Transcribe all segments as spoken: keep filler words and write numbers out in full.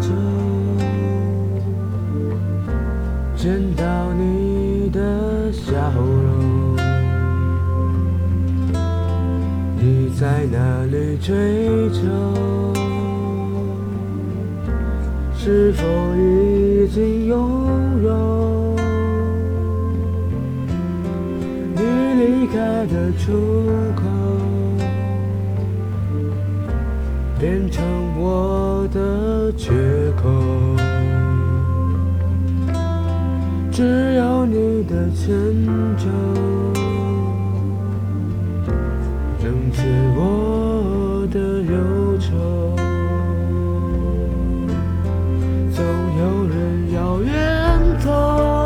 久，见到你的笑容，你在哪里追求？是否已经拥有你离开的出口，变成我的缺口？只有你的迁就能解我的忧愁。总有人要远走，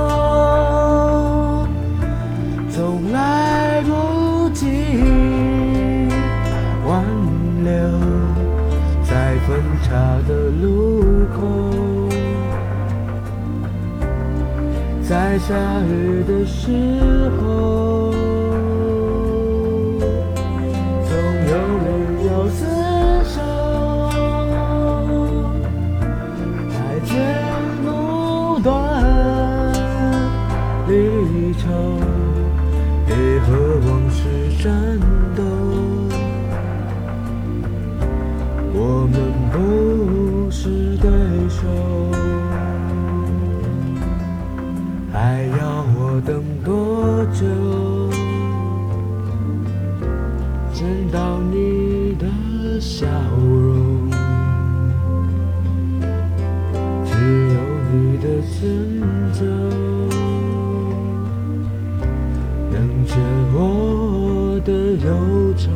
总来不及挽留，在分岔的路口，在下雨的时候，总有人要厮守，爱剪不断离愁，别和往事战斗，我们不是对手。还要我等多久？见到你的笑容，只有你的迁就能解我的忧愁。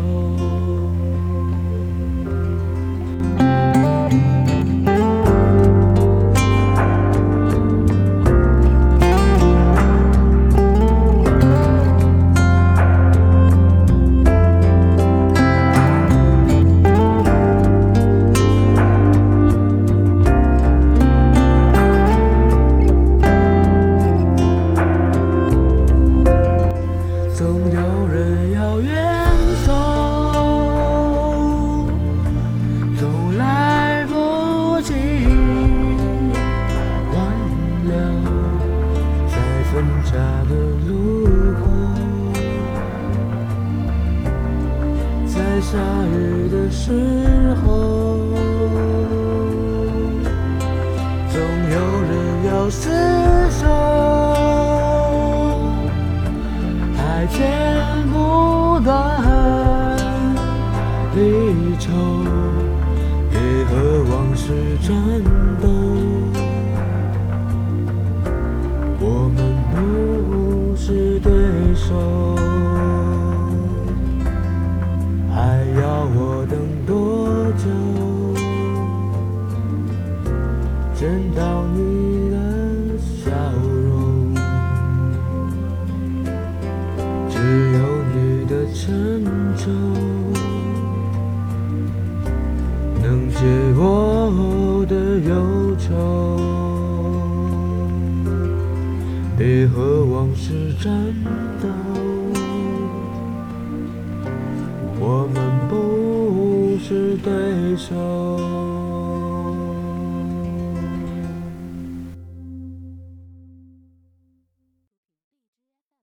总有人要远走，总来不及挽留，在分岔的路口，在下雨的时候，总有人要厮守，爱剪不断离愁，别和往事战斗，我们不是对手。还要我等多久？见到你的笑容，只有你的迁就能解我的忧愁。别和往事战斗，我们不是对手。